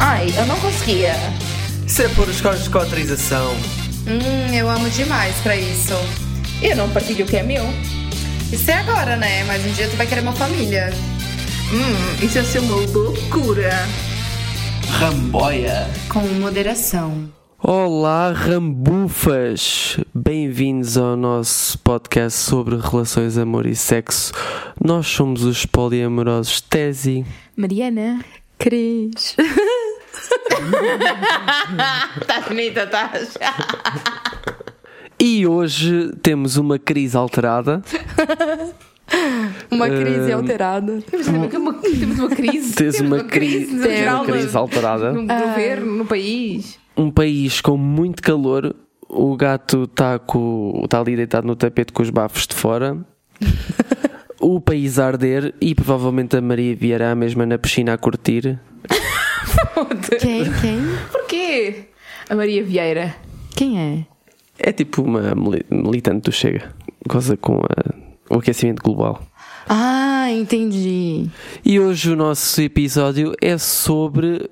Ai, eu não conseguia. Isso é por escolhas de autorização. Eu amo demais pra isso. E eu não partilho o que é meu. Isso é agora, né? Mas um dia tu vai querer uma família. Isso ia ser uma loucura. Ramboia. Com moderação. Olá, rambufas! Bem-vindos ao nosso podcast sobre relações, amor e sexo. Nós somos os poliamorosos Tesi, Mariana, Cris. Estás bonita, estás? e hoje temos uma crise alterada. Uma crise alterada. Temos uma crise. Tens uma crise alterada. No governo, no país. Um país com muito calor. O gato está ali deitado no tapete com os bafos de fora. O país a arder e provavelmente a Maria Vieira mesma na piscina a curtir. Quem? Porquê? A Maria Vieira. Quem é? É tipo uma militante do Chega. Coisa com o aquecimento global. Ah, entendi. E hoje o nosso episódio é sobre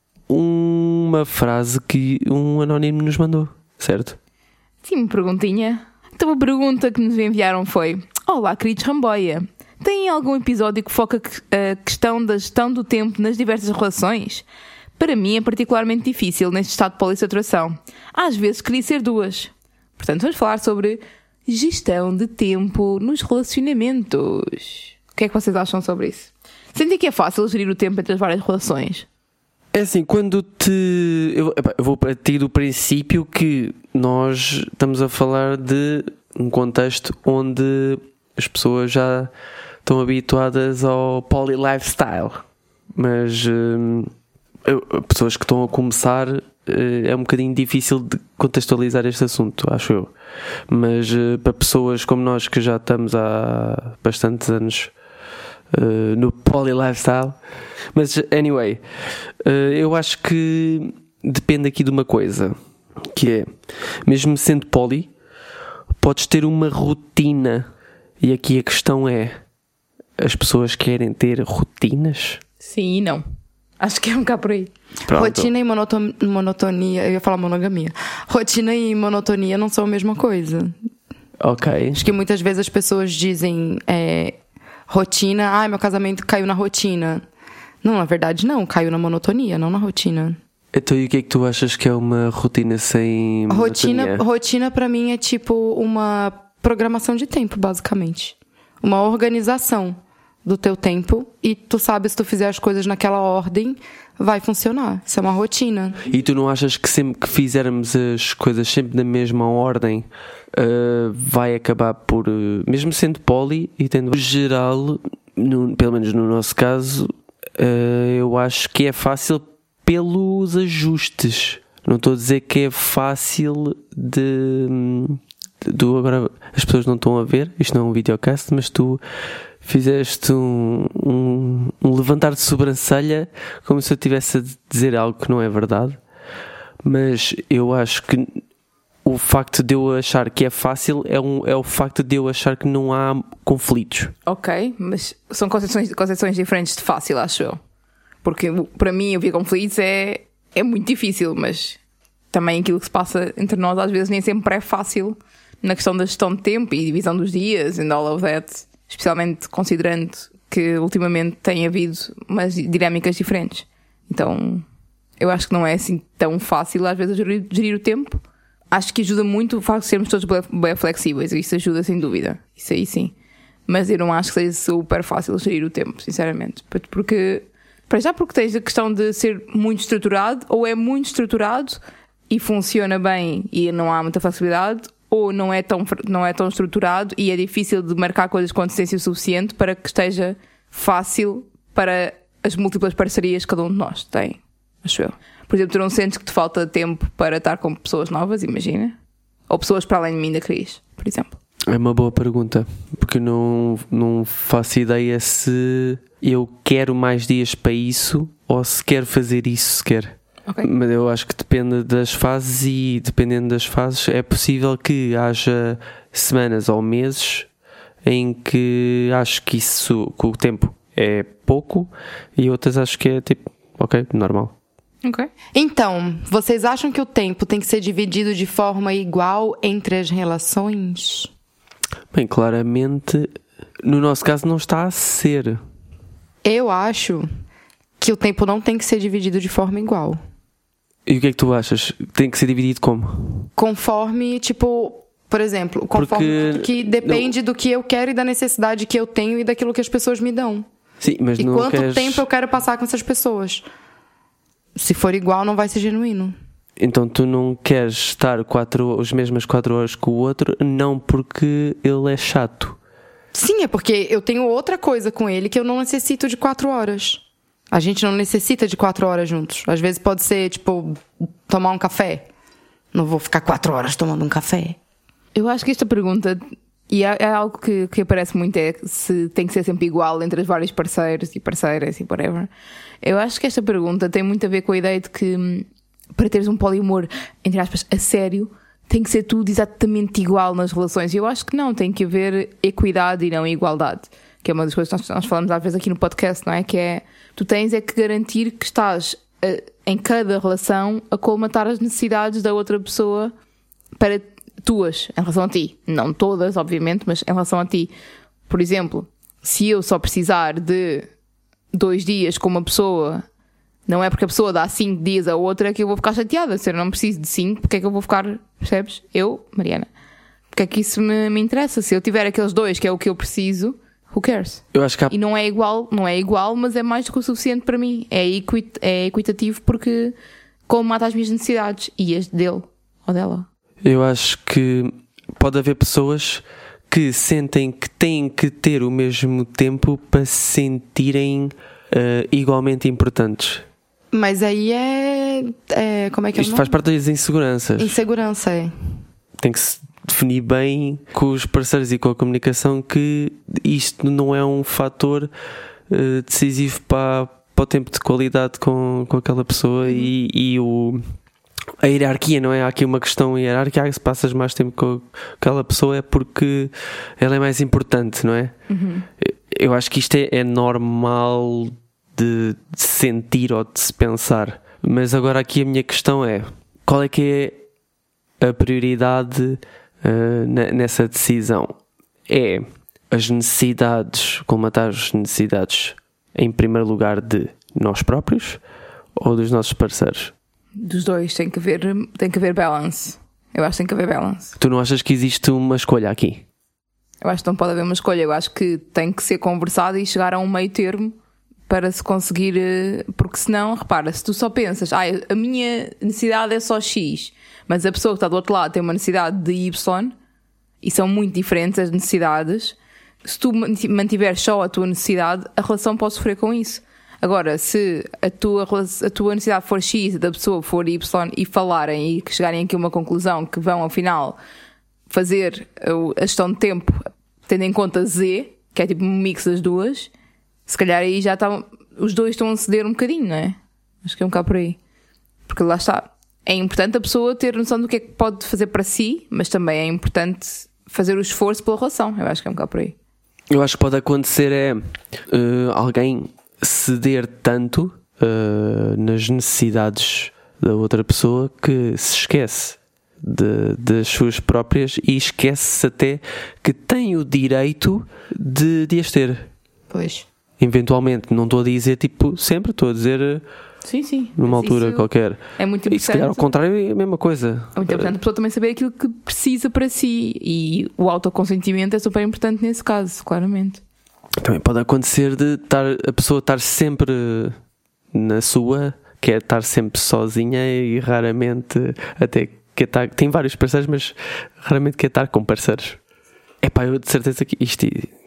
uma frase que um anónimo nos mandou, certo? Sim, uma perguntinha. Então a pergunta que nos enviaram foi: olá, queridos Ramboia. Têm algum episódio que foca a questão da gestão do tempo nas diversas relações? Para mim é particularmente difícil neste estado de polissaturação. Às vezes queria ser duas. Portanto, vamos falar sobre gestão de tempo nos relacionamentos. O que é que vocês acham sobre isso? Sentem que é fácil gerir o tempo entre as várias relações? É assim, quando eu vou partir do princípio que nós estamos a falar de um contexto onde as pessoas já estão habituadas ao poly-lifestyle, mas pessoas que estão a começar é um bocadinho difícil de contextualizar este assunto, acho eu. Mas para pessoas como nós que já estamos há bastantes anos no poly-lifestyle, mas anyway, eu acho que depende aqui de uma coisa, que é, mesmo sendo poly, podes ter uma rotina, e aqui a questão é: as pessoas querem ter rotinas? Sim e não. Acho que é um bocado por aí. Pronto. Rotina e monotonia. Eu ia falar monogamia. Rotina e monotonia não são a mesma coisa. Ok. Acho que muitas vezes as pessoas dizem rotina, meu casamento caiu na rotina. Não, na verdade não, caiu na monotonia, não na rotina. Então e o que é que tu achas que é uma rotina sem monotonia? Rotina pra mim é tipo uma programação de tempo, basicamente. Uma organização do teu tempo, e tu sabe, se tu fizer as coisas naquela ordem, vai funcionar. Isso é uma rotina. E tu não achas que sempre que fizermos as coisas sempre na mesma ordem, vai acabar por, mesmo sendo poli e tendo geral, pelo menos no nosso caso, eu acho que é fácil pelos ajustes. Não estou a dizer que é fácil agora as pessoas não estão a ver, isto não é um videocast, mas tu fizeste um levantar de sobrancelha como se eu estivesse a dizer algo que não é verdade. Mas eu acho que o facto de eu achar que é fácil é o facto de eu achar que não há conflitos. Ok, mas são concepções diferentes de fácil, acho eu. Porque para mim ouvir conflitos é muito difícil, mas também aquilo que se passa entre nós às vezes nem sempre é fácil na questão da gestão de tempo e divisão dos dias and all of that. Especialmente considerando que ultimamente tem havido umas dinâmicas diferentes. Então, eu acho que não é assim tão fácil às vezes gerir o tempo. Acho que ajuda muito o facto de sermos todos bem flexíveis. Isso ajuda sem dúvida. Isso aí sim. Mas eu não acho que seja super fácil gerir o tempo, sinceramente. Porque tens a questão de ser muito estruturado, ou é muito estruturado e funciona bem e não há muita flexibilidade, ou não é tão estruturado e é difícil de marcar coisas com antecedência suficiente para que esteja fácil para as múltiplas parcerias que cada um de nós tem, acho eu. Por exemplo, tu não sentes que te falta tempo para estar com pessoas novas, imagina? Ou pessoas para além de mim da Cris, por exemplo? É uma boa pergunta, porque não faço ideia se eu quero mais dias para isso ou se quero fazer isso sequer. Okay. Mas eu acho que depende das fases, e dependendo das fases é possível que haja semanas ou meses em que acho que o tempo é pouco, e outras acho que é tipo, ok, normal. Ok. Então, vocês acham que o tempo tem que ser dividido de forma igual entre as relações? Bem, claramente, no nosso caso não está a ser. Eu acho que o tempo não tem que ser dividido de forma igual. E o que é que tu achas? Tem que ser dividido como? Conforme, tipo, por exemplo, conforme Porque que depende do que eu quero e da necessidade que eu tenho e daquilo que as pessoas me dão. Sim, mas E não quanto queres... tempo eu quero passar com essas pessoas. Se for igual, não vai ser genuíno. Então tu não queres estar as mesmas 4 horas com o outro, não porque ele é chato. Sim, é porque eu tenho outra coisa com ele que eu não necessito de 4 horas. A gente não necessita de 4 horas juntos. Às vezes pode ser, tipo, tomar um café. Não vou ficar 4 horas tomando um café. Eu acho que esta pergunta, e é algo que aparece muito, é se tem que ser sempre igual entre os vários parceiros e parceiras e whatever. Eu acho que esta pergunta tem muito a ver com a ideia de que para teres um poliamor, entre aspas, a sério, tem que ser tudo exatamente igual nas relações. E eu acho que não, tem que haver equidade e não igualdade. Que é uma das coisas que nós falamos às vezes aqui no podcast, não é? Que é, tu tens é que garantir que estás em cada relação a colmatar as necessidades da outra pessoa para tuas, em relação a ti. Não todas, obviamente, mas em relação a ti. Por exemplo, se eu só precisar de 2 dias com uma pessoa, não é porque a pessoa dá 5 dias a outra que eu vou ficar chateada. Se eu não preciso de 5, porque é que eu vou ficar, percebes? Eu, Mariana, porque é que isso me interessa? Se eu tiver aqueles 2 que é o que eu preciso, who cares? Eu acho que há... E não é igual, mas é mais do que o suficiente para mim. É equitativo porque colmata as minhas necessidades e as dele ou dela. Eu acho que pode haver pessoas que sentem que têm que ter o mesmo tempo para se sentirem igualmente importantes. Mas aí como é que Isto faz parte das inseguranças. Insegurança, é. Tem que se definir bem com os parceiros e com a comunicação que isto não é um fator decisivo para o tempo de qualidade com aquela pessoa e a hierarquia, não é? Há aqui uma questão hierárquica, se passas mais tempo com aquela pessoa é porque ela é mais importante, não é? Uhum. Eu acho que isto é normal de sentir ou de se pensar, mas agora aqui a minha questão é, qual é que é a prioridade nessa decisão? É as necessidades, colmatar as necessidades em primeiro lugar de nós próprios ou dos nossos parceiros? Dos dois, tem que haver balance. Eu acho que tem que haver balance. Tu não achas que existe uma escolha aqui? Eu acho que não pode haver uma escolha. Eu acho que tem que ser conversado e chegar a um meio termo para se conseguir. Porque senão, repara, se tu só pensas, a minha necessidade é só X, mas a pessoa que está do outro lado tem uma necessidade de Y e são muito diferentes as necessidades, se tu mantiveres só a tua necessidade, a relação pode sofrer com isso. Agora, se a tua necessidade for X e da pessoa for Y e falarem e que chegarem aqui a uma conclusão que vão, ao final, fazer a gestão de tempo tendo em conta Z, que é tipo um mix das duas, se calhar aí já está, os dois estão a ceder um bocadinho, não é? Acho que é um bocado por aí. Porque lá está. É importante a pessoa ter noção do que é que pode fazer para si, mas também é importante fazer o esforço pela relação. Eu acho que é um bocado por aí. Eu acho que pode acontecer alguém ceder tanto nas necessidades da outra pessoa que se esquece das suas próprias e esquece-se até que tem o direito de as ter. Pois. Eventualmente, não estou a dizer tipo sempre, estou a dizer sim, numa altura qualquer. É muito importante. E se calhar ao contrário é a mesma coisa. É muito importante a pessoa também saber aquilo que precisa para si, e o autoconsentimento é super importante nesse caso, claramente. Também pode acontecer de a pessoa estar sempre na sua, quer estar sempre sozinha e raramente até quer estar, tem vários parceiros, mas raramente quer estar com parceiros. Eu de certeza que isto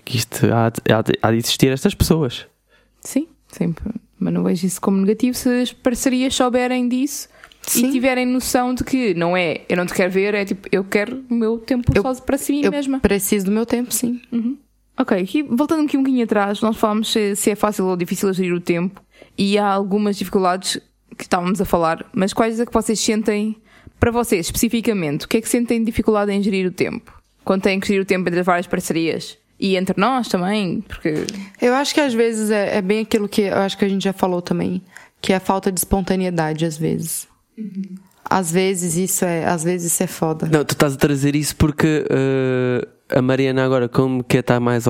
há de existir estas pessoas. Sim, sempre. Mas não vejo isso como negativo se as parcerias souberem disso. Sim. E tiverem noção de que não é eu não te quero ver, é tipo eu quero o meu tempo só para si mesma. Eu preciso do meu tempo, sim. Uhum. Ok, aqui, voltando aqui um bocadinho atrás, nós falámos se é fácil ou difícil a gerir o tempo, e há algumas dificuldades que estávamos a falar, mas quais é que vocês sentem, para vocês especificamente, o que é que sentem dificuldade em gerir o tempo? Quando têm que gerir o tempo entre as várias parcerias? E entre nós também, porque... Eu acho que às vezes é bem aquilo que eu acho que a gente já falou também, que é a falta de espontaneidade, às vezes. Às vezes isso é foda. Não, tu estás a trazer isso porque a Mariana agora, como que está mais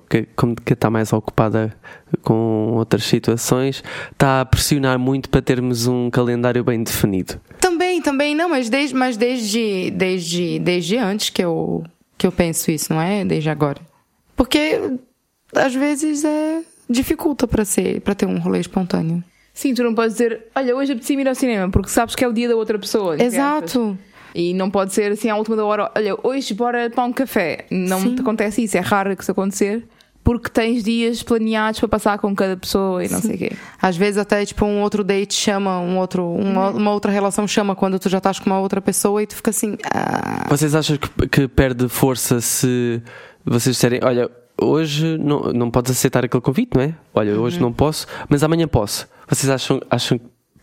ocupada com outras situações, está a pressionar muito para termos um calendário bem definido. Também não, mas desde antes que eu penso isso, não é? Desde agora. Porque às vezes dificulta para ter um rolê espontâneo. Sim, tu não podes dizer, olha, hoje apetece ir ao cinema, porque sabes que é o dia da outra pessoa. Exato. E não pode ser assim à última da hora, olha, hoje bora para um café. Não te acontece isso, é raro que isso acontecer, porque tens dias planeados para passar com cada pessoa e não sei o quê. Às vezes até tipo um outro date chama, uma outra relação chama quando tu já estás com uma outra pessoa e tu fica assim... Vocês acham que perde força se vocês disserem, olha, hoje não podes aceitar aquele convite, não é? Olha, hoje não posso, mas amanhã posso. Vocês acham que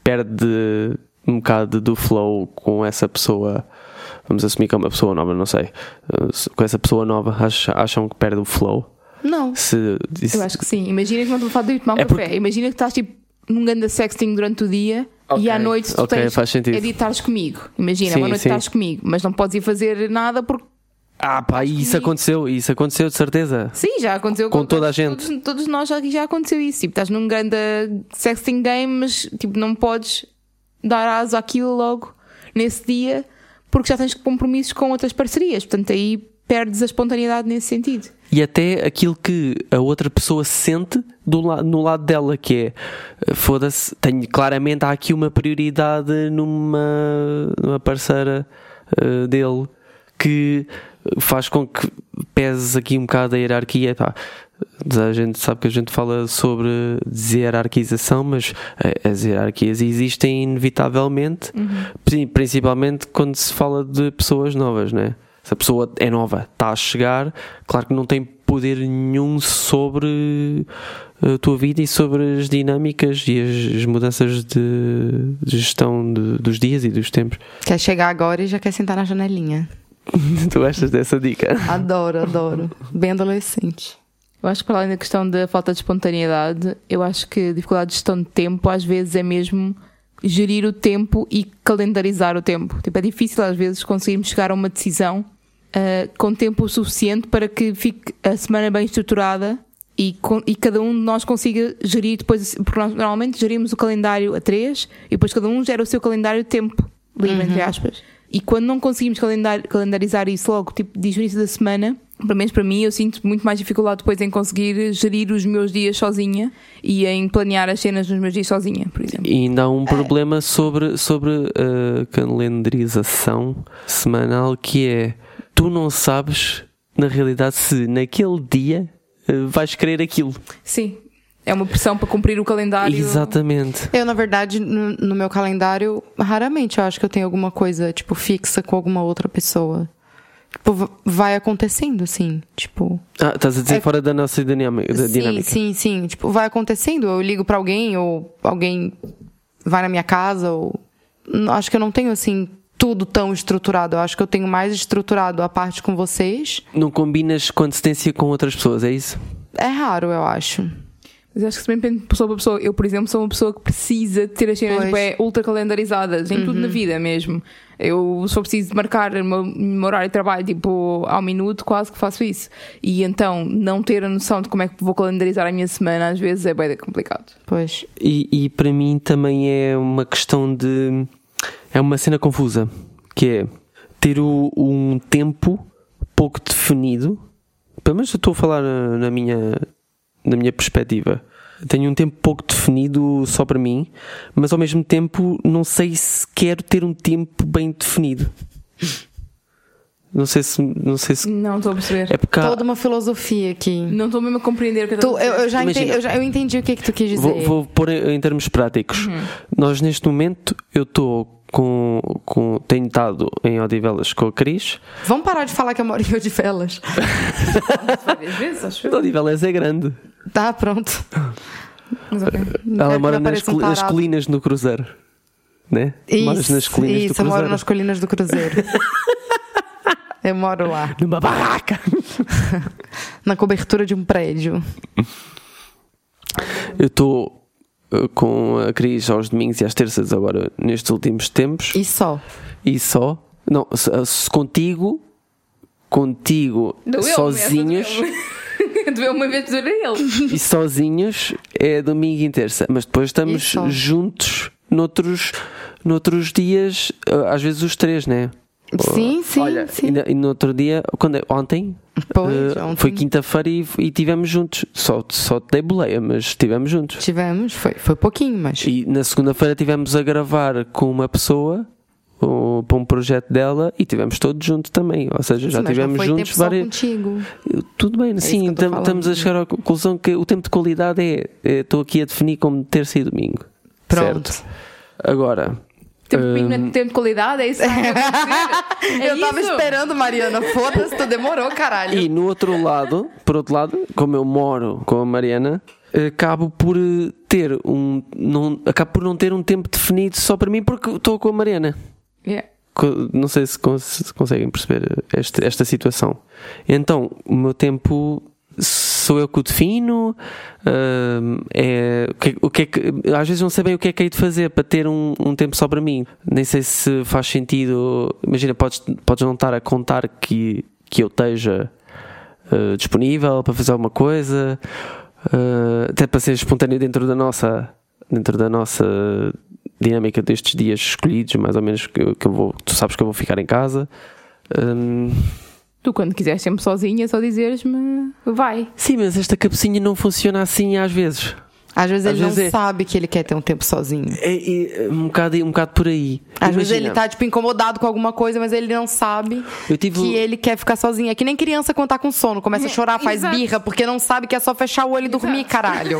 perde um bocado do flow com essa pessoa? Vamos assumir que é uma pessoa nova, não sei. Com essa pessoa nova, acham que perde o flow? Não. Eu acho que sim. Imagina que não estou a falar de ir tomar um café. Imagina que estás tipo num grande sexting durante o dia e à noite tu tens é de estares comigo. Imagina, uma noite estás comigo, mas não podes ir fazer nada porque... Isso aconteceu de certeza. Sim, já aconteceu com toda a gente. Todos nós já aconteceu isso. Tipo, estás num grande sexting game, mas tipo, não podes dar asa àquilo logo nesse dia porque já tens compromissos com outras parcerias. Portanto, aí perdes a espontaneidade nesse sentido. E até aquilo que a outra pessoa sente no lado dela, que é foda-se, claramente há aqui uma prioridade numa parceira dele que faz com que peses aqui um bocado a hierarquia. A gente sabe que a gente fala sobre hierarquização, mas as hierarquias existem inevitavelmente, principalmente quando se fala de pessoas novas, né? Se a pessoa é nova, está a chegar, claro que não tem poder nenhum sobre a tua vida e sobre as dinâmicas e as mudanças de gestão dos dias e dos tempos. Quer chegar agora e já quer sentar na janelinha. Tu gostas dessa dica? Adoro. Bem adolescente. Eu acho que para além da questão da falta de espontaneidade, eu acho que a dificuldade de gestão de tempo às vezes é mesmo gerir o tempo e calendarizar o tempo. Tipo, é difícil às vezes conseguirmos chegar a uma decisão com tempo suficiente para que fique a semana bem estruturada e cada um de nós consiga gerir depois, porque nós normalmente gerimos o calendário a 3 e depois cada um gera o seu calendário de tempo livre, entre aspas. E quando não conseguimos calendarizar isso logo, tipo, de início da semana, pelo menos para mim, eu sinto muito mais dificuldade depois em conseguir gerir os meus dias sozinha e em planear as cenas nos meus dias sozinha, por exemplo. E ainda há um problema sobre a calendarização semanal, que é, tu não sabes, na realidade, se naquele dia vais querer aquilo. Sim. É uma pressão para cumprir o calendário. Exatamente. Eu, na verdade, no meu calendário, raramente eu acho que eu tenho alguma coisa, tipo, fixa com alguma outra pessoa. Tipo, vai acontecendo, assim, tipo... Estás a dizer fora da nossa dinâmica. Sim. Tipo, vai acontecendo. Eu ligo pra alguém, ou alguém vai na minha casa, ou... Acho que eu não tenho, assim, tudo tão estruturado. Eu acho que eu tenho mais estruturado a parte com vocês. Não combinas com antecedência com outras pessoas, é isso? É raro, eu acho. Mas acho que também depende de pessoa para pessoa. Eu, por exemplo, sou uma pessoa que precisa de ter as cenas ultra calendarizadas em tudo na vida mesmo. Eu, se for preciso marcar o meu horário de trabalho tipo ao minuto, quase que faço isso. E então não ter a noção de como é que vou calendarizar a minha semana às vezes é bem complicado. Pois. E para mim também é uma questão de... É uma cena confusa, que é ter um tempo pouco definido. Pelo menos eu estou a falar na minha perspectiva. Tenho um tempo pouco definido só para mim, mas ao mesmo tempo não sei se quero ter um tempo bem definido. Não sei se... Não estou a perceber. É porque toda uma filosofia aqui. Não estou mesmo a compreender o que eu entendi o que é que tu quis dizer. Vou pôr em termos práticos. Nós neste momento, eu estou tenho estado em Odivelas com a Cris. Vamos parar de falar que eu moro em Odivelas. Várias vezes, acho eu. Odivelas é grande. Tá, pronto. Mas okay. Ela mora nas colinas do Cruzeiro, né? Isso, moras nas colinas do Cruzeiro. Eu moro nas colinas do Cruzeiro. Eu moro lá. Numa barraca. Na cobertura de um prédio. Eu estou com a Cris aos domingos e às terças agora, nestes últimos tempos. E só. E só. Não, se contigo sozinhos. Doeu uma vez dizer a ele. E sozinhos é domingo e terça. Mas depois estamos juntos noutros dias, às vezes os 3, né? Sim. Olha, sim. E no outro dia, ontem, Ontem. foi quinta-feira e estivemos juntos. Só te dei boleia, mas estivemos juntos. Tivemos, foi pouquinho, mas. E na segunda-feira estivemos a gravar com uma pessoa para um projeto dela e estivemos todos juntos também. Ou seja, já estivemos juntos várias. Contigo. Tudo bem, sim, estamos a chegar à conclusão que o tempo de qualidade estou aqui a definir como terça e domingo. Pronto. Certo? Agora. Tempo de qualidade, é isso que Eu tava esperando, Mariana. Foda-se, tu demorou, caralho. E no outro lado, por outro lado, como eu moro com a Mariana, acabo por não ter um tempo definido só para mim porque estou com a Mariana. Yeah. Não sei se conseguem perceber esta situação. Então, o meu tempo sou eu que o defino. Às vezes não sei bem o que é que hei de fazer para ter um tempo só para mim. Nem sei se faz sentido. Imagina, podes não estar a contar que eu esteja disponível para fazer alguma coisa, até para ser espontâneo dentro da nossa dinâmica destes dias escolhidos, mais ou menos, que eu vou. Tu sabes que eu vou ficar em casa. Tu, quando quiseres sempre sozinha, só dizeres-me vai. Sim, mas esta cabecinha não funciona assim às vezes. Às vezes ele não sabe que ele quer ter um tempo sozinho. É um bocado por aí. Às vezes ele tá incomodado com alguma coisa, mas ele não sabe que ele quer ficar sozinho. É que nem criança quando tá com sono, começa a chorar, faz birra, porque não sabe que é só fechar o olho e dormir, caralho.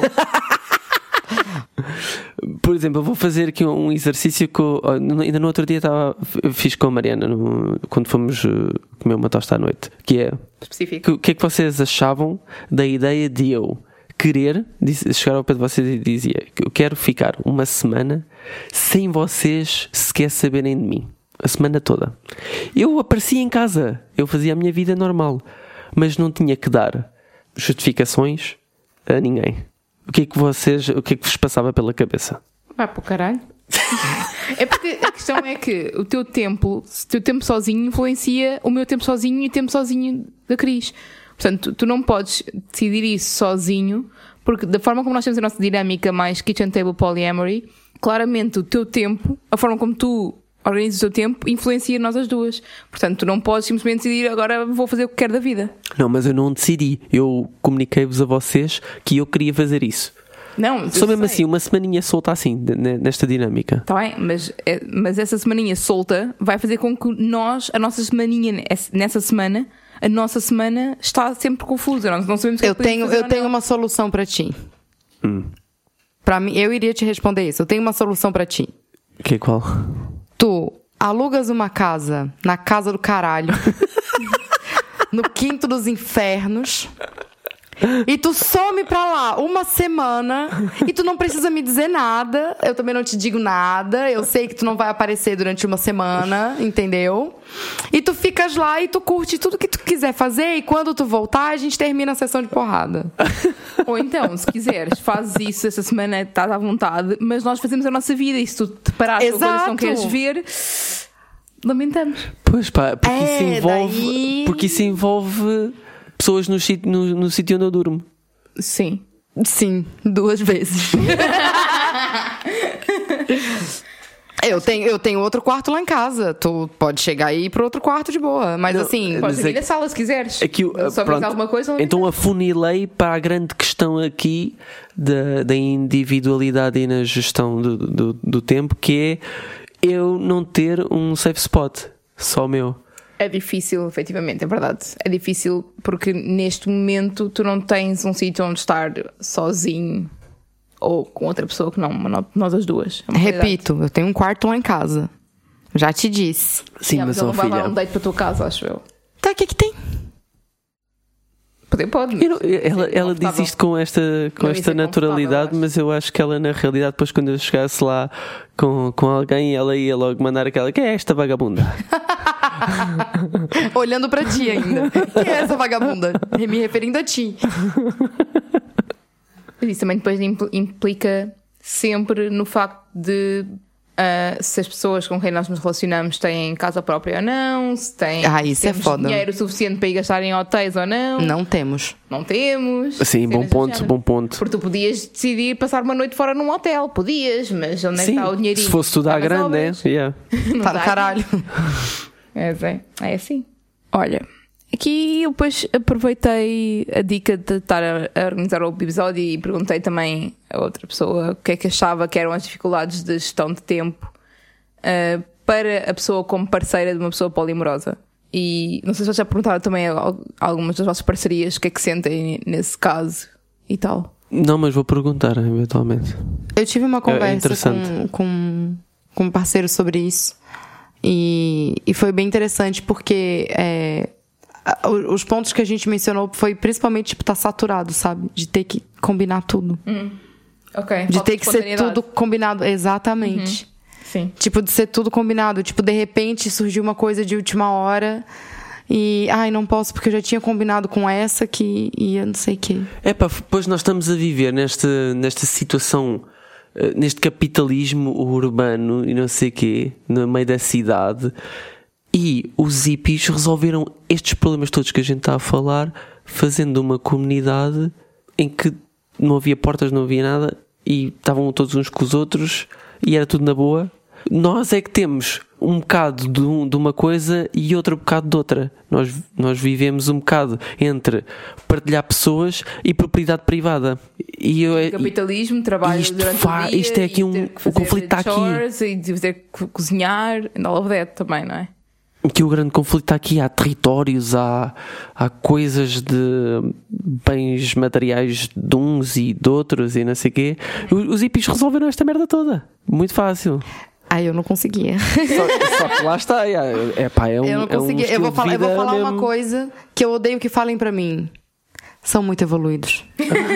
Por exemplo, eu vou fazer aqui um exercício que ainda no outro dia fiz com a Mariana quando fomos comer uma tosta à noite, que é específico. O que é que vocês achavam da ideia de eu querer chegar ao pé de vocês e dizia que eu quero ficar uma semana sem vocês sequer saberem de mim, a semana toda. Eu aparecia em casa, eu fazia a minha vida normal, mas não tinha que dar justificações a ninguém. O que é que vos passava pela cabeça? Vai para o caralho. É porque a questão é que o teu tempo sozinho influencia o meu tempo sozinho e o tempo sozinho da Cris. Portanto, tu não podes decidir isso sozinho, porque da forma como nós temos a nossa dinâmica mais kitchen table polyamory, claramente o teu tempo, a forma como tu organizas o teu tempo, influencia nós as duas. Portanto, tu não podes simplesmente decidir agora vou fazer o que quero da vida. Não, mas eu não decidi. Eu comuniquei-vos a vocês que eu queria fazer isso. Não, só mesmo assim, uma semaninha solta assim, nesta dinâmica. Está bem, mas essa semaninha solta vai fazer com que a nossa semaninha, nessa semana, a nossa semana está sempre confusa. Nós não sabemos o que eu tenho uma solução para ti. Para mim, eu iria te responder isso. Eu tenho uma solução para ti. Que qual? Tu alugas uma casa na casa do caralho, no quinto dos infernos, e tu some pra lá uma semana e tu não precisa me dizer nada, eu também não te digo nada, eu sei que tu não vai aparecer durante uma semana, entendeu? E tu ficas lá e tu curte tudo que tu quiser fazer, e quando tu voltar a gente termina a sessão de porrada. Ou então, se quiseres, fazes isso essa semana, estás à vontade, mas nós fazemos a nossa vida, e se tu te parares com coisas que não queres ver, lamentamos. Pois pá, porque isso envolve pessoas no sítio onde eu durmo. Sim, 2 vezes. Eu tenho outro quarto lá em casa. Tu pode chegar aí pro outro quarto de boa. Mas assim, pode vir a sala se quiseres. Só pronto, alguma coisa. Então afunilei para a grande questão aqui da individualidade e na gestão do tempo, que é eu não ter um safe spot só meu. É difícil, efetivamente, é verdade. É difícil porque neste momento tu não tens um sítio onde estar sozinho ou com outra pessoa que não nós as duas. Repito, eu tenho um quarto lá em casa. Já te disse. Sim, mas não vai dar um date para a tua casa, acho eu. Tá, o que é que tem? Pode. Ela diz isto com esta naturalidade, mas eu acho que ela, na realidade, depois quando eu chegasse lá com alguém, ela ia logo mandar aquela: que é esta vagabunda? Olhando pra ti ainda. Quem é essa vagabunda? Me referindo a ti. Isso também depois implica sempre no facto de se as pessoas com quem nós nos relacionamos têm casa própria ou não, se têm isso é foda. dinheiro suficiente para ir gastar em hotéis ou não. Não temos. Não temos. Sim, bom ponto. Porque tu podias decidir passar uma noite fora num hotel. Podias, mas onde é que está o dinheirinho? Se fosse tudo à grande, né? Yeah. Para caralho. É assim. Olha, aqui eu depois aproveitei a dica de estar a organizar o episódio e perguntei também a outra pessoa o que é que achava que eram as dificuldades de gestão de tempo para a pessoa como parceira de uma pessoa polimorosa. E não sei se vocês já perguntaram também a algumas das vossas parcerias o que é que sentem nesse caso e tal. Não, mas vou perguntar eventualmente. Eu tive uma conversa com um parceiro sobre isso e foi bem interessante porque os pontos que a gente mencionou foi principalmente tipo tá saturado, sabe? De ter que combinar tudo. Ok. De ter que ser tudo combinado, exatamente. Sim. Tipo, de ser tudo combinado. Tipo, de repente surgiu uma coisa de última hora e não posso porque eu já tinha combinado com essa que ia não sei o quê. Pois nós estamos a viver nesta situação, neste capitalismo urbano e não sei o quê, no meio da cidade. E os hippies resolveram estes problemas todos que a gente está a falar fazendo uma comunidade em que não havia portas, não havia nada e estavam todos uns com os outros e era tudo na boa. Nós é que temos um bocado de uma coisa e outro bocado de outra. Nós vivemos um bocado entre partilhar pessoas e propriedade privada. Capitalismo, trabalho durante o dia. Isto é aqui o conflito está aqui. E de ter que cozinhar, and all of that também, não é? Que o grande conflito está aqui, há territórios, há coisas de bens materiais de uns e de outros e não sei o quê. Os hippies resolveram esta merda toda. Muito fácil. Eu não conseguia. Só que lá está. Eu não conseguia. Eu vou falar uma coisa que eu odeio que falem pra mim. São muito evoluídos.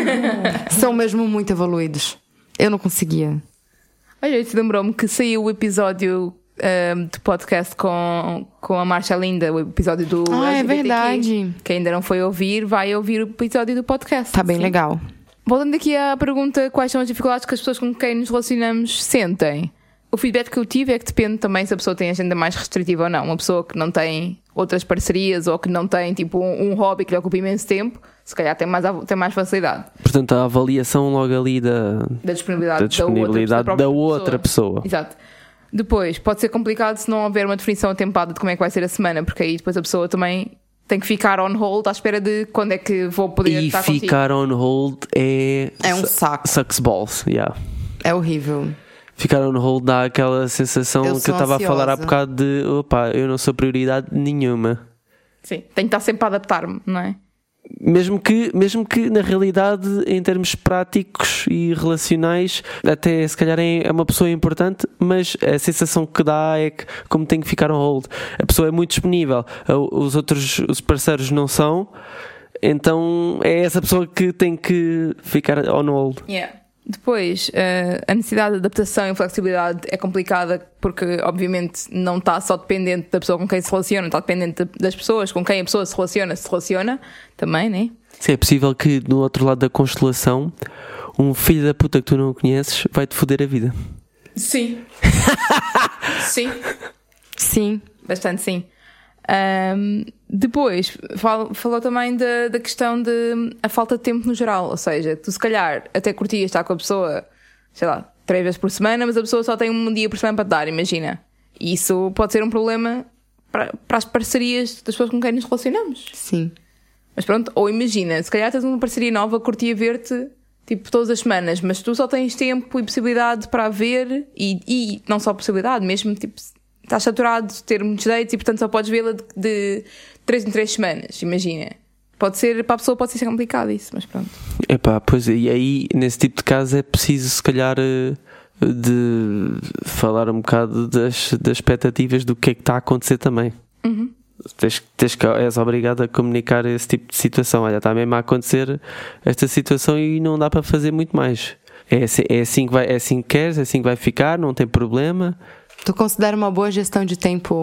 São mesmo muito evoluídos. Eu não conseguia. Olha, isso lembrou-me que saiu o episódio do podcast com a Marcia Linda, o episódio do LGBTQ. É verdade. Quem ainda não foi ouvir, vai ouvir o episódio do podcast. Tá bem legal. Voltando aqui à pergunta, quais são as dificuldades que as pessoas com quem nos relacionamos sentem? O feedback que eu tive é que depende também se a pessoa tem agenda mais restritiva ou não. Uma pessoa que não tem outras parcerias ou que não tem tipo um hobby que lhe ocupa imenso tempo, se calhar tem mais facilidade. Portanto, a avaliação logo ali da disponibilidade da outra pessoa. Exato. Depois, pode ser complicado se não houver uma definição atempada de como é que vai ser a semana, porque aí depois a pessoa também tem que ficar on hold à espera de quando é que vou poder estar contigo. E ficar on hold é um saco. Sucks balls, yeah. É horrível. Ficar on hold dá aquela sensação que eu estava a falar há bocado de eu não sou prioridade nenhuma. Sim, tenho que estar sempre a adaptar-me, não é? Mesmo que na realidade, em termos práticos e relacionais, até se calhar é uma pessoa importante, mas a sensação que dá é que, como tem que ficar on hold, a pessoa é muito disponível, os parceiros não são, então é essa pessoa que tem que ficar on hold. Yeah. Depois, a necessidade de adaptação e flexibilidade é complicada porque, obviamente, não está só dependente da pessoa com quem se relaciona, está dependente das pessoas com quem a pessoa se relaciona também, né? Sim, é possível que do outro lado da constelação um filho da puta que tu não conheces vai-te foder a vida. Sim. Sim. Bastante sim. Depois falou também da questão de a falta de tempo no geral, ou seja, tu se calhar até curtias estar com a pessoa, sei lá, 3 vezes por semana, mas a pessoa só tem um dia por semana para te dar, imagina. E isso pode ser um problema para as parcerias das pessoas com quem nos relacionamos. Sim. Mas pronto, ou imagina, se calhar tens uma parceria nova, curtia ver-te tipo todas as semanas, mas tu só tens tempo e possibilidade para a ver e não só possibilidade, mesmo tipo estás saturado de ter muitos dates e portanto só podes vê-la de 3 em 3 semanas, imagina. Pode ser, para a pessoa pode ser complicado isso, mas pronto. Pois e aí nesse tipo de caso é preciso se calhar de falar um bocado das expectativas do que é que está a acontecer também. Uhum. És obrigado a comunicar esse tipo de situação. Olha, está mesmo a acontecer esta situação e não dá para fazer muito mais. É assim que queres, é assim que vai ficar, não tem problema. Tu considera uma boa gestão de tempo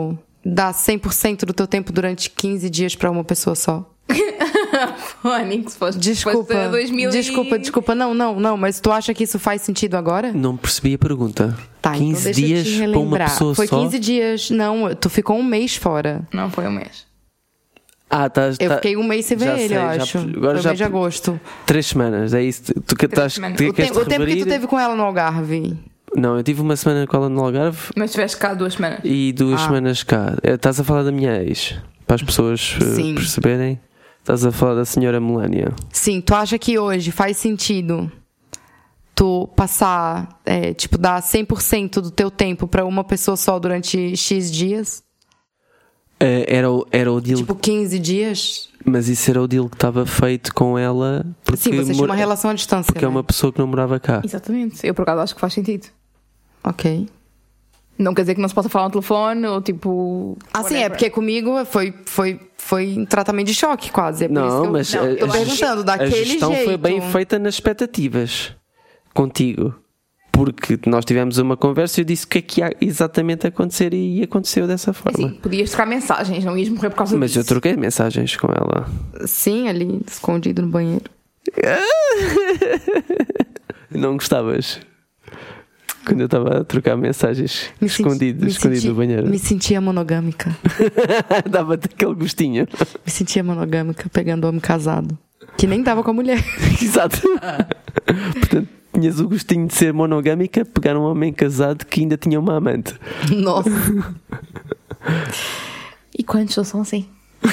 dar 100% do teu tempo durante 15 dias pra uma pessoa só? Fónix, Desculpa, 2000 desculpa. Não, mas tu acha que isso faz sentido agora? Não percebi a pergunta. Tá, 15 então deixa dias eu te para uma relembrar. pessoa Foi só? 15 dias. Não, tu ficou um mês fora. Não, foi um mês. Eu fiquei um mês sem ver já ele, sei, eu já acho. agora Foi já mês de agosto. 3 semanas, é isso? Tu que estás semanas. que O queres te tempo que tu referir? teve com ela no Algarve. Não, eu tive uma semana com ela no Algarve Mas tiveste cá 2 semanas. e 2 semanas cá. Estás a falar da minha ex, para as pessoas Sim. perceberem. Estás a falar da senhora Melania. Sim, tu acha que hoje faz sentido tu passar, dar 100% do teu tempo pra uma pessoa só durante X dias? Era o deal, Tipo 15 dias? mas isso era o deal que estava feito com ela porque, Sim, vocês tinham uma relação à distância, porque é né? uma pessoa que não morava cá. Exatamente. Eu, por acaso, acho que faz sentido. Ok. Não quer dizer que não se possa falar no telefone ou tipo. Assim, é porque comigo foi um tratamento de choque quase. É por isso Não, que mas tô perguntando, daquele a gestão jeito. foi bem feita nas expectativas contigo. Porque nós tivemos uma conversa e eu disse o que é que ia exatamente acontecer e aconteceu dessa forma. Assim, podias trocar mensagens, não ias morrer por causa Mas disso. eu troquei mensagens com ela. Sim, ali, escondido no banheiro. Não gostavas? Quando eu estava a trocar mensagens escondido no banheiro. Me sentia monogâmica. Dava-te aquele gostinho. Me sentia monogâmica pegando homem casado. Que nem dava com a mulher. Exato. Portanto, tinhas o gostinho de ser monogâmica, pegar um homem casado que ainda tinha uma amante. Nossa. E quantos são assim?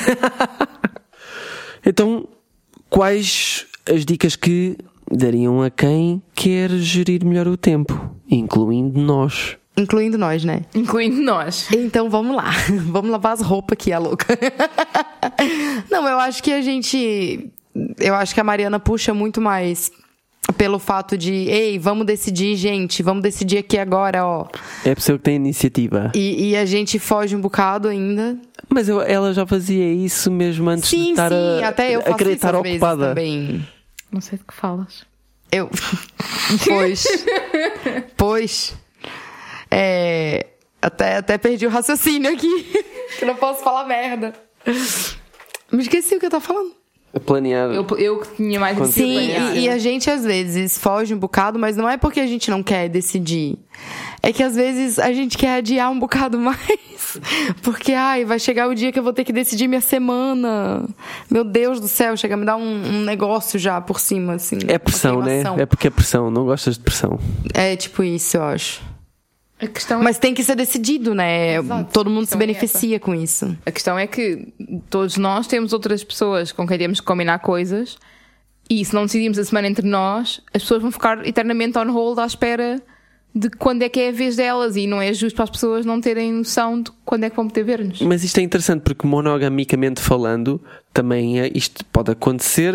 Então, quais as dicas que dariam a quem quer gerir melhor o tempo, incluindo nós? Incluindo nós, né? Incluindo nós. Então vamos lá. Vamos lavar as roupas aqui, a louca. Não, eu acho que a Mariana puxa muito mais pelo fato de, ei, vamos decidir, gente, vamos decidir aqui agora, ó. É a pessoa que tem iniciativa. E a gente foge um bocado ainda. Mas ela já fazia isso mesmo antes de estar até eu a faço querer isso estar às vezes ocupada. também. Não sei do que falas. Pois. Até perdi o raciocínio aqui. Que não posso falar merda. Me esqueci o que eu tava falando. A planear. Eu que tinha mais Sim, e a gente às vezes foge um bocado, mas não é porque a gente não quer decidir. É que às vezes a gente quer adiar um bocado mais. Porque, vai chegar o dia que eu vou ter que decidir minha semana. Meu Deus do céu, chega a me dar um negócio já por cima, assim. É pressão, né? É porque é pressão, não gostas de pressão. É tipo isso, eu acho. A questão Mas tem que ser decidido, né? Exato. Todo mundo se Então, beneficia com isso. A questão é que todos nós temos outras pessoas com quem temos que combinar coisas e se não decidimos a semana entre nós, as pessoas vão ficar eternamente on hold à espera de quando é que é a vez delas e não é justo para as pessoas não terem noção de quando é que vão poder ver-nos. Mas isto é interessante porque monogamicamente falando também isto pode acontecer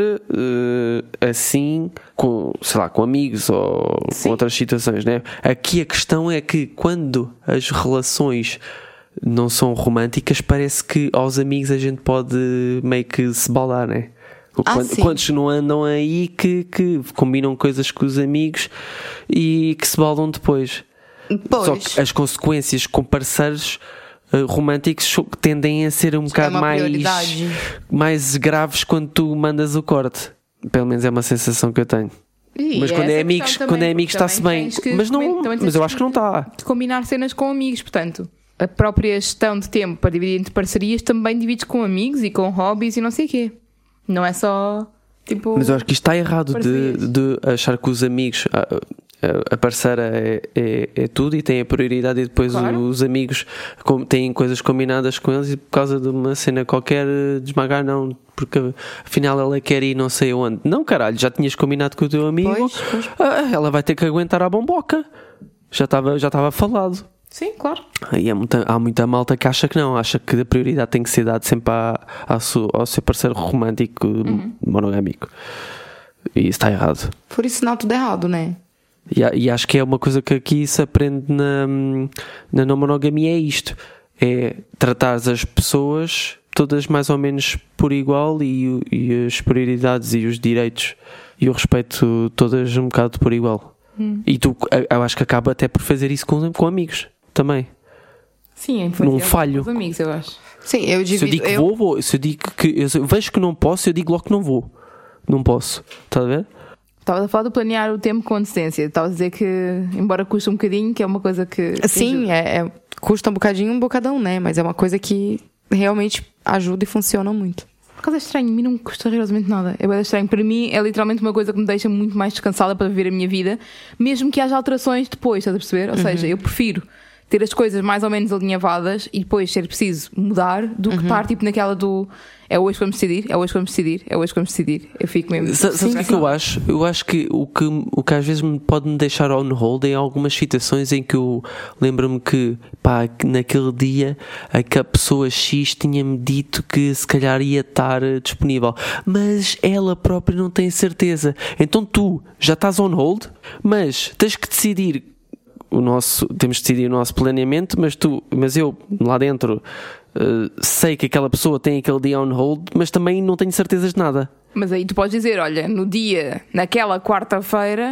assim com, sei lá, com amigos ou com outras situações, né? Aqui a questão é que quando as relações não são românticas, parece que aos amigos a gente pode meio que se balar, né? Quantos não andam aí que combinam coisas com os amigos e que se balam depois. Só que as consequências com parceiros românticos tendem a ser um bocado mais graves quando tu mandas o corte. Pelo menos é uma sensação que eu tenho. Mas quando é amigos está-se bem. Mas eu acho que não está. De combinar cenas com amigos, portanto. A própria gestão de tempo para dividir entre parcerias também divides com amigos e com hobbies e não sei o quê. Não é só, tipo... Mas eu acho que isto está errado de achar que os amigos... A parceira é tudo e tem a prioridade e depois os amigos têm coisas combinadas com eles e por causa de uma cena qualquer desmagar, não, porque afinal ela quer ir não sei onde. Não, caralho, já tinhas combinado com o teu amigo. Pois. Ela vai ter que aguentar a bomboca. Já estava falado. Sim, claro. E há muita malta que acha que não, acha que a prioridade tem que ser dada sempre ao seu parceiro romântico monogâmico. E isso está errado. Por isso não, tudo errado, né? E acho que é uma coisa que aqui se aprende na não monogamia, é isto: é tratar as pessoas todas mais ou menos por igual e as prioridades e os direitos e o respeito todas um bocado por igual. E eu acho que acaba até por fazer isso com amigos também. Sim, é Não falho. Os amigos, eu acho. Sim, eu Se eu divido. digo que vou. Se eu digo que eu vejo que não posso, eu digo logo que não vou. Não posso. Estás a ver? Estavas a falar de planear o tempo com antecedência. Estavas a dizer que, embora custe um bocadinho, que é uma coisa que Sim, custa um bocadão, né? Mas é uma coisa que realmente ajuda e funciona muito. Por acaso é estranho, a mim não me custa rigorosamente nada. É bem estranho. Para mim é literalmente uma coisa que me deixa muito mais descansada para viver a minha vida, mesmo que haja alterações depois, estás a perceber? Ou seja, eu prefiro ter as coisas mais ou menos alinhavadas e depois ser preciso mudar do que estar tipo naquela do é hoje que vamos decidir, é hoje que vamos decidir, é hoje que vamos decidir. Eu fico mesmo. Sabes o que eu acho? Eu acho que o que às vezes pode me deixar on hold é algumas situações em que eu lembro-me que naquele dia a pessoa X tinha-me dito que se calhar ia estar disponível, mas ela própria não tem certeza. Então tu já estás on hold, mas tens que decidir temos de decidir o nosso planeamento, mas eu lá dentro sei que aquela pessoa tem aquele dia on hold, mas também não tenho certezas de nada. Mas aí tu podes dizer, olha, naquela quarta-feira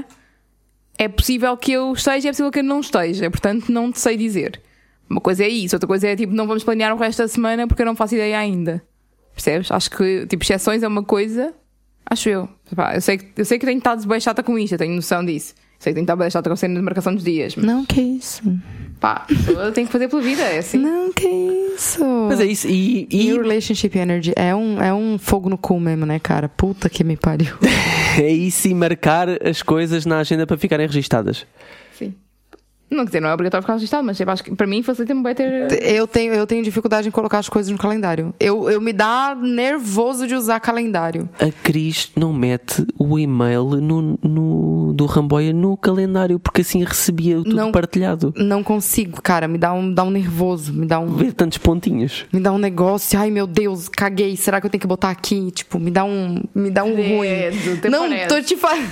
é possível que eu esteja, é possível que eu não esteja, portanto não te sei dizer. Uma coisa é isso, outra coisa é tipo, não vamos planear o resto da semana porque eu não faço ideia ainda. Percebes? Acho que tipo, exceções é uma coisa, acho eu. Eu sei que tenho estado bem chata com isto, eu tenho noção disso. Sei que tenho que estar bem chata com a cena de marcação dos dias. Mas... Não, que isso. Pá, eu tenho que fazer pela vida, é assim. Não, que isso. Mas é isso. E relationship energy é um fogo no cu mesmo, né, cara? Puta que me pariu. é isso, e marcar as coisas na agenda para ficarem registadas. Sim. Não, quer dizer, não é obrigatório ficar registado, mas eu acho que para mim facilita-me bem ter... Eu tenho dificuldade em colocar as coisas no calendário. Eu me dá nervoso de usar calendário. A Cris não mete o e-mail do Ramboia no calendário, porque assim recebia tudo partilhado. Não consigo, cara. Me dá um nervoso. Ver tantos pontinhos. Me dá um negócio. Ai, meu Deus, caguei. Será que eu tenho que botar aqui? Tipo, me dá um ruim. Não, tô te falando.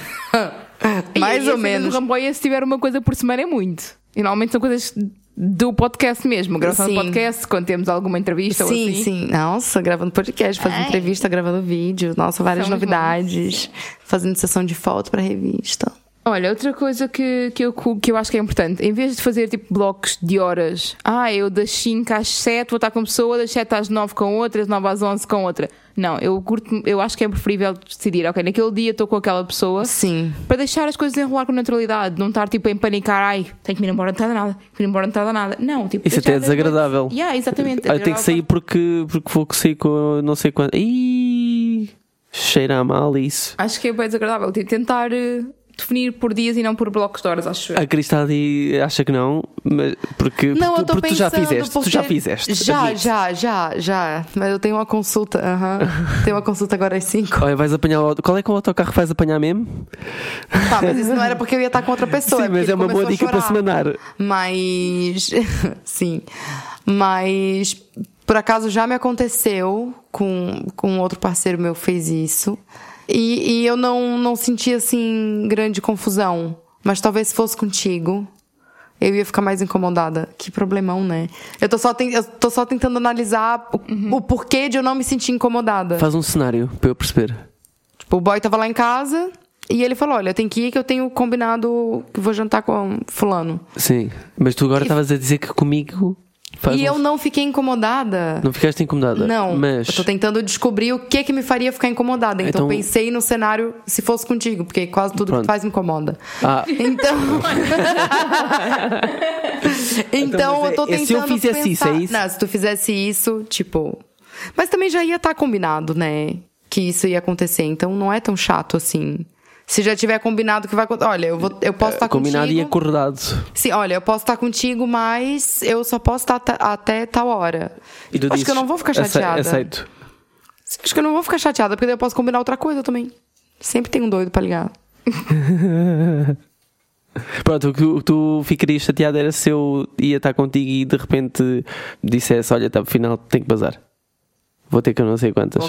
Mais ou menos. O Ramboia, se tiver uma coisa por semana, é muito. E normalmente são coisas do podcast mesmo. Gravação do podcast, quando temos alguma entrevista ou assim. Sim. Nossa, gravando podcast, fazendo entrevista, gravando vídeo. Nossa, várias novidades. Fazendo sessão de foto pra revista. Olha, outra coisa que eu acho que é importante, em vez de fazer tipo blocos de horas, eu das 5 às 7 vou estar com uma pessoa, das 7 às 9 com outra, das 9 às 11 com outra. Não, eu acho que é preferível decidir, ok, naquele dia estou com aquela pessoa. Sim. Para deixar as coisas enrolar com naturalidade, não estar tipo a empanicar, tenho que me ir embora, não está nada. Não, tipo, isso até é desagradável. Exatamente. Eu tenho que sair porque vou sair com não sei quanto. Ih, cheira a mal isso. Acho que é bem desagradável, tentar definir por dias e não por blocos de horas, acho eu. A Cristália acha que não, mas porque tu já fizeste. Tu já fizeste. Já. Mas eu tenho uma consulta. Tenho uma consulta agora às 5. Olha, vais apanhar. Qual é que é o autocarro que vais apanhar mesmo? Tá, mas isso não era porque eu ia estar com outra pessoa. Sim, mas é uma boa dica para se mandar. Mas. Sim. Mas. Por acaso já me aconteceu com outro parceiro meu fez isso. E eu não senti, assim, grande confusão. Mas talvez se fosse contigo, eu ia ficar mais incomodada. Que problemão, né? Eu tô só tentando analisar o porquê de eu não me sentir incomodada. Faz um cenário para eu perceber. Tipo, o boy tava lá em casa e ele falou, olha, eu tenho que ir que eu tenho combinado que vou jantar com fulano. Sim, mas tu agora estavas a dizer que comigo... eu não fiquei incomodada. Não ficaste incomodada? Não, mas... eu tô tentando descobrir o que me faria ficar incomodada. Então pensei no cenário se fosse contigo, porque quase tudo que faz me incomoda. Então eu tô tentando se eu fizesse pensar... isso, é isso? Não, se tu fizesse isso, tipo... Mas também já ia estar combinado, né? Que isso ia acontecer. Então não é tão chato assim. Se já tiver combinado que vai acontecer. Olha, eu posso estar combinado contigo. E acordado. Sim, olha, eu posso estar contigo, mas eu só posso estar até tal hora. E tu acho que eu não vou ficar chateada. Aceito. Acho que eu não vou ficar chateada, porque daí eu posso combinar outra coisa também. Sempre tem um doido pra ligar. Pronto, o que tu ficarias chateada era se eu ia estar contigo e de repente dissesse, olha, afinal tenho que bazar. Vou ter que eu não sei quantas.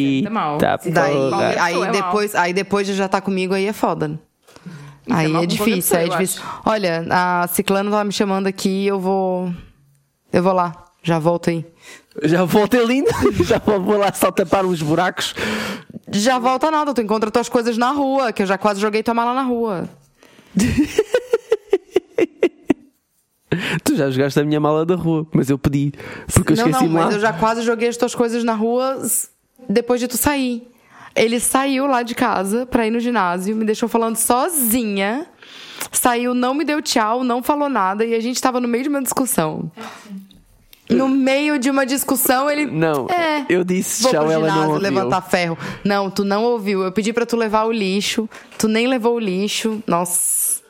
Aí depois de já estar comigo, aí é foda. Aí é difícil, Olha, a Ciclano tava me chamando aqui, eu vou lá. Já volto aí. Já volto, é lindo. Já vou lá só tapar os buracos. Já volta nada, tu encontra tuas coisas na rua, que eu já quase joguei tua mala na rua. Tu já jogaste a minha mala da rua, mas eu pedi. Porque eu esqueci-me lá. Mas eu já quase joguei as tuas coisas na rua depois de tu sair. Ele saiu lá de casa pra ir no ginásio, me deixou falando sozinha. Saiu, não me deu tchau, não falou nada. E a gente tava no meio de uma discussão. No meio de uma discussão, ele... Não, eu disse vou tchau, pro ela ginásio não ouviu. levantar ferro. Não, tu não ouviu. Eu pedi pra tu levar o lixo. Tu nem levou o lixo. Nossa...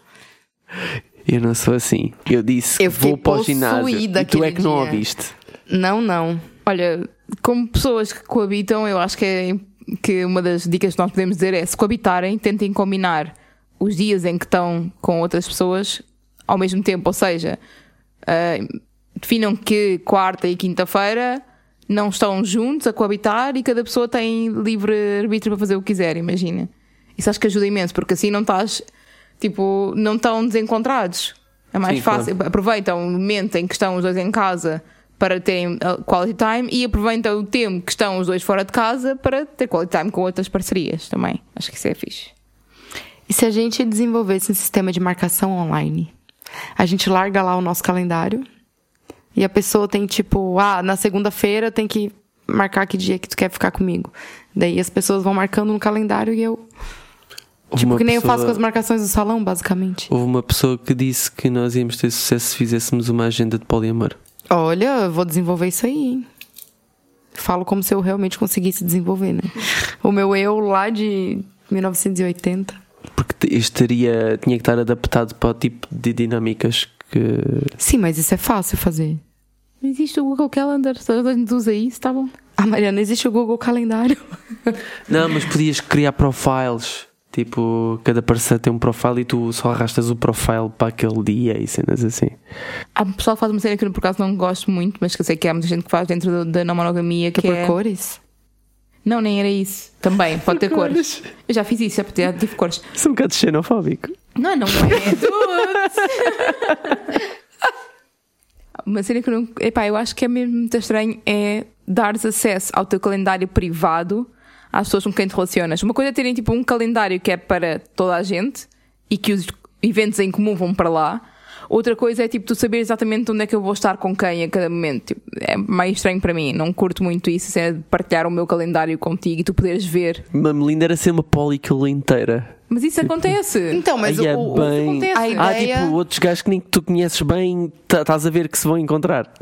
Eu não sou assim. Eu disse que vou para o ginásio e tu é que não ouviste. Não. Olha, como pessoas que coabitam, eu acho que uma das dicas que nós podemos dizer é: se coabitarem, tentem combinar os dias em que estão com outras pessoas ao mesmo tempo. Ou seja, definam que quarta e quinta-feira não estão juntos a coabitar e cada pessoa tem livre arbítrio para fazer o que quiser, imagina. Isso acho que ajuda imenso, porque assim não estás... Tipo, não estão desencontrados. É mais fácil. Claro. Aproveitam o momento em que estão os dois em casa para terem quality time e aproveitam o tempo que estão os dois fora de casa para ter quality time com outras parcerias também. Acho que isso é fixe. E se a gente desenvolvesse um sistema de marcação online? A gente larga lá o nosso calendário e a pessoa tem tipo, na segunda-feira tem que marcar que dia que tu quer ficar comigo. Daí as pessoas vão marcando no calendário e eu... Tipo, que nem eu faço com as marcações do salão, basicamente. Houve uma pessoa que disse que nós íamos ter sucesso se fizéssemos uma agenda de poliamor. Olha, eu vou desenvolver isso aí, hein? Falo como se eu realmente conseguisse desenvolver, né? O meu eu lá de 1980. Porque tinha que estar adaptado para o tipo de dinâmicas que... Sim, mas isso é fácil fazer. Existe o Google Calendar, a gente usa isso, tá bom? Mariana, existe o Google Calendário. Não, mas podias criar profiles. Tipo, cada parceiro tem um profile e tu só arrastas o profile para aquele dia e cenas assim. Há um pessoal que faz uma cena que eu por acaso não gosto muito, mas que eu sei que há muita gente que faz dentro da não monogamia, que é... por cores? Não, nem era isso. Também, pode ter cores. Eu já fiz isso, já tive cores. Isso é um bocado xenofóbico. Não é. Uma cena que eu não... Epá, eu acho que é mesmo muito estranho é dares acesso ao teu calendário privado às pessoas com quem te relacionas. Uma coisa é terem tipo um calendário que é para toda a gente e que os eventos em comum vão para lá. Outra coisa é tipo tu saber exatamente onde é que eu vou estar com quem a cada momento. Tipo, é mais estranho para mim. Não curto muito isso, é de partilhar o meu calendário contigo e tu poderes ver. Uma Melinda era ser uma polícula inteira. Mas isso tipo, acontece. Então, mas isso acontece. A ideia... tipo outros gajos que nem tu conheces bem, estás a ver que se vão encontrar.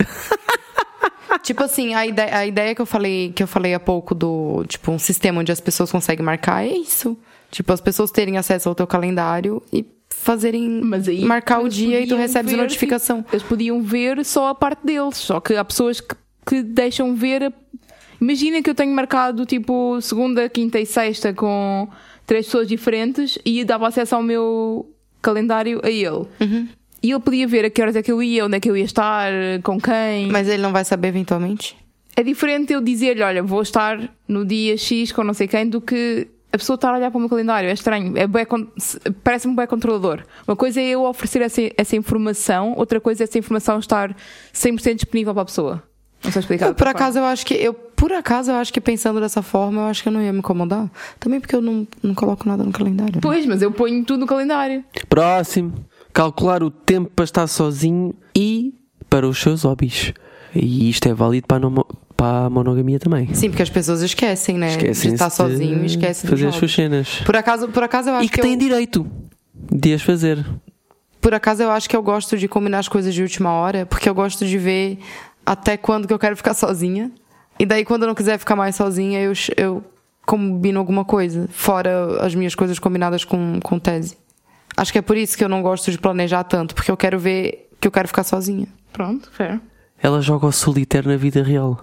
Tipo assim, a ideia que eu falei há pouco do, tipo, um sistema onde as pessoas conseguem marcar é isso. Tipo, as pessoas terem acesso ao teu calendário e fazerem, marcar o dia e tu recebes a notificação. Eles podiam ver só a parte deles, só que há pessoas que deixam ver. Imagina que eu tenho marcado, tipo, segunda, quinta e sexta com 3 pessoas diferentes e dava acesso ao meu calendário a ele. Uhum. E ele podia ver a que horas é que eu ia, onde é que eu ia estar, com quem. Mas ele não vai saber eventualmente? É diferente eu dizer-lhe, olha, vou estar no dia X com não sei quem, do que a pessoa estar a olhar para o meu calendário. É estranho, parece-me bem controlador. Uma coisa é eu oferecer essa informação, outra coisa é essa informação estar 100% disponível para a pessoa. Não sei explicar. Por acaso eu acho que pensando dessa forma, eu acho que eu não ia me incomodar. Também porque eu não coloco nada no calendário. Né? Pois, mas eu ponho tudo no calendário. Próximo. Calcular o tempo para estar sozinho e para os seus hobbies. E isto é válido para a monogamia também. Sim, porque as pessoas esquecem, né? De estar sozinho e esquecem de fazer as suas cenas. Por acaso eu acho que... E que têm direito de as fazer. Por acaso eu acho que eu gosto de combinar as coisas de última hora, porque eu gosto de ver até quando que eu quero ficar sozinha. E daí quando eu não quiser ficar mais sozinha, eu combino alguma coisa. Fora as minhas coisas combinadas com tese. Acho que é por isso que eu não gosto de planejar tanto, porque eu quero ver que eu quero ficar sozinha. Pronto, fair. Ela joga o solitário na vida real.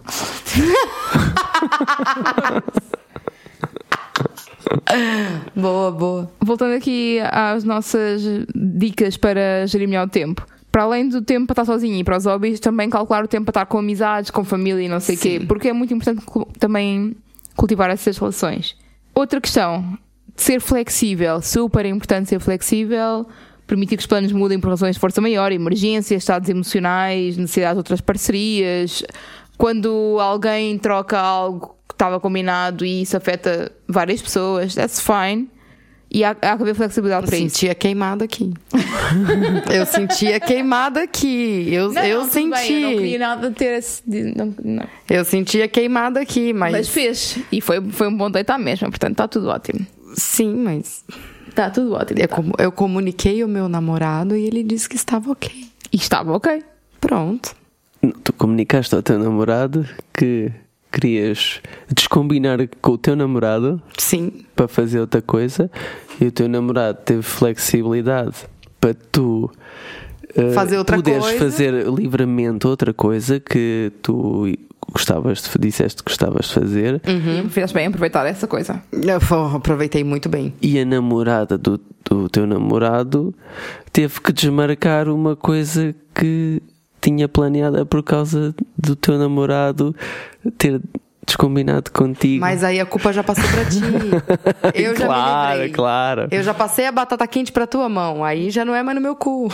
Boa. Voltando aqui às nossas dicas para gerir melhor o tempo. Para além do tempo para estar sozinho e para os hobbies, também calcular o tempo para estar com amizades, com família e não sei o quê. Porque é muito importante também cultivar essas relações. Outra questão... Ser flexível, super importante ser flexível, permitir que os planos mudem por razões de força maior, emergências, estados emocionais, necessidades de outras parcerias. Quando alguém troca algo que estava combinado e isso afeta várias pessoas, that's fine. E há que haver flexibilidade Eu para isso. sentia queimada aqui. Eu sentia queimada aqui. Eu Tudo senti. bem, eu não queria nada ter esse. Não. Eu sentia queimada aqui, Mas fez. E foi um bom date à mesma, portanto está tudo ótimo. Sim, mas Está tudo ótimo. eu comuniquei ao meu namorado e ele disse que estava ok. E estava ok. Pronto. Tu comunicaste ao teu namorado que querias descombinar com o teu namorado Sim. para fazer outra coisa e o teu namorado teve flexibilidade para tu Fazer outra poderes coisa. fazer livremente outra coisa que tu disseste que gostavas de fazer. E fizeste bem aproveitar essa coisa. Eu aproveitei muito bem. E a namorada do teu namorado teve que desmarcar uma coisa que tinha planeada por causa do teu namorado ter descombinado contigo. Mas aí a culpa já passou pra ti. Eu já me livrei. Claro. Eu já passei a batata quente pra tua mão. Aí já não é mais no meu cu.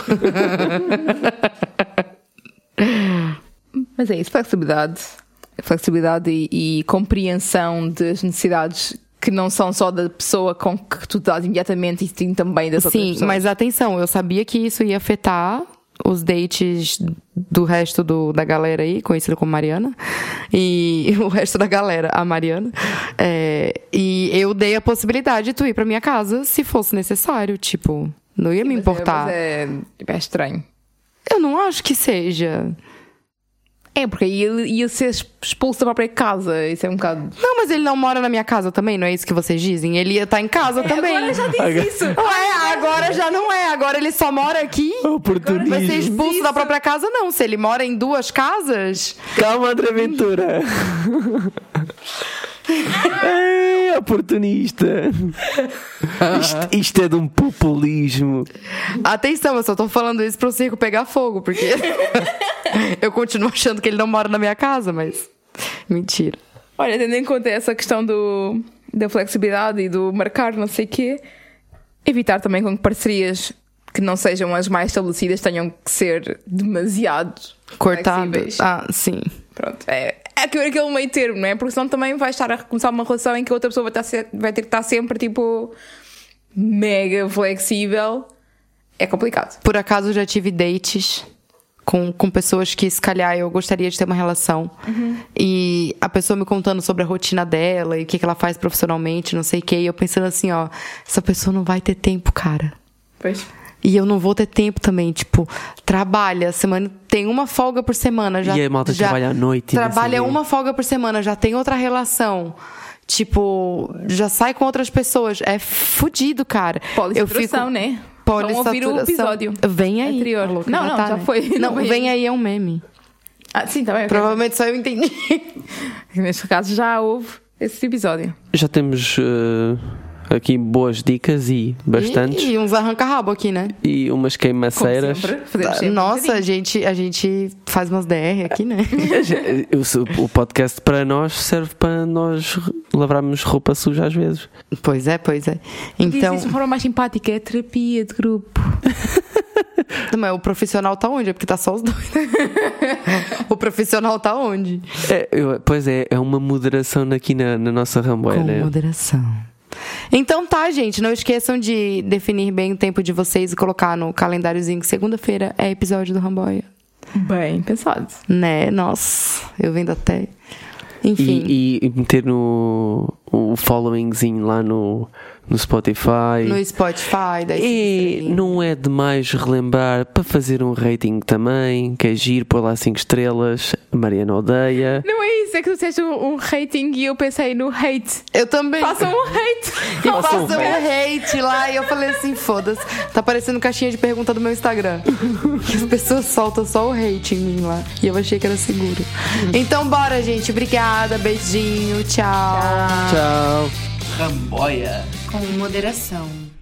Mas é isso, flexibilidade e compreensão das necessidades que não são só da pessoa com que tu dás imediatamente, e sim também das outras Sim, pessoas. mas atenção, eu sabia que isso ia afetar os dates do resto da galera aí, conhecido como Mariana, e o resto da galera, a Mariana. E eu dei a possibilidade de tu ir pra minha casa se fosse necessário, tipo, não ia me importar. Mas é estranho. Eu não acho que seja. É, porque aí ele ia ser expulso da própria casa. Isso é um bocado... Não, mas ele não mora na minha casa também, não é isso que vocês dizem? Ele ia estar em casa também. Agora já disse isso. Ué, agora já não é. Agora ele só mora aqui. Oportunismo. Vai ser expulso da própria casa, não. Se ele mora em 2 casas... Calma, André Ventura. É, oportunista. Isto é de um populismo. Atenção, eu só tô falando isso pro circo pegar fogo, porque eu continuo achando que ele não mora na minha casa, mas mentira. Olha, tendo em conta essa questão da flexibilidade e do marcar não sei o quê, evitar também com que parcerias que não sejam as mais estabelecidas tenham que ser demasiado Cortado. flexíveis. Ah, sim. Pronto, é aquele meio termo, não é? Porque senão também vai estar a começar uma relação em que a outra pessoa vai ter que estar sempre tipo mega flexível. É complicado. Por acaso eu já tive dates com pessoas que, se calhar, eu gostaria de ter uma relação. E a pessoa me contando sobre a rotina dela e o que ela faz profissionalmente, não sei o quê. E eu pensando assim, ó, essa pessoa não vai ter tempo, cara. Pois. E eu não vou ter tempo também, tipo, trabalha, semana tem uma folga por semana. Já, E a malta trabalha à noite. Trabalha uma folga por semana, já tem outra relação. Tipo, já sai com outras pessoas. É fudido, cara. Polissaturação, né? Vão ouvir o episódio Vem aí. anterior. Louca, Não, já né? foi. Não, vem aí é um meme. Ah, sim, também. Provavelmente só eu entendi. Neste caso já houve esse episódio. Já temos aqui boas dicas e bastantes. E uns arranca-rabo aqui, né? E umas queimaceiras. Como sempre, fazemos sempre um Nossa, bocadinho. a gente faz umas DR aqui, né? O podcast para nós serve para nós lavarmos roupa suja às vezes. Pois é. Então, Diz isso de forma mais simpática, é terapia de grupo. mas o profissional tá onde? É porque tá só os dois. O profissional tá onde? Pois é uma moderação aqui na nossa ramboia, Com né? moderação. Então tá, gente, não esqueçam de definir bem o tempo de vocês e colocar no calendáriozinho que segunda-feira é episódio do Ramboia. Bem pensado. Né? Nossa, eu vendo até. Enfim. E meter o followingzinho lá no Spotify. No Spotify. E não é demais relembrar para fazer um rating também, que é giro, pôr lá 5 estrelas. A Mariana odeia. Não é isso, é que tu disseste um rating e eu pensei no hate. Eu também. Façam um hate. E façam um hate lá. E eu falei assim, foda-se. Tá parecendo caixinha de pergunta do meu Instagram. Que as pessoas soltam só o hate em mim lá. E eu achei que era seguro. Então bora, gente. Obrigada. Beijinho. Tchau. Tchau. Ramboia. Com moderação.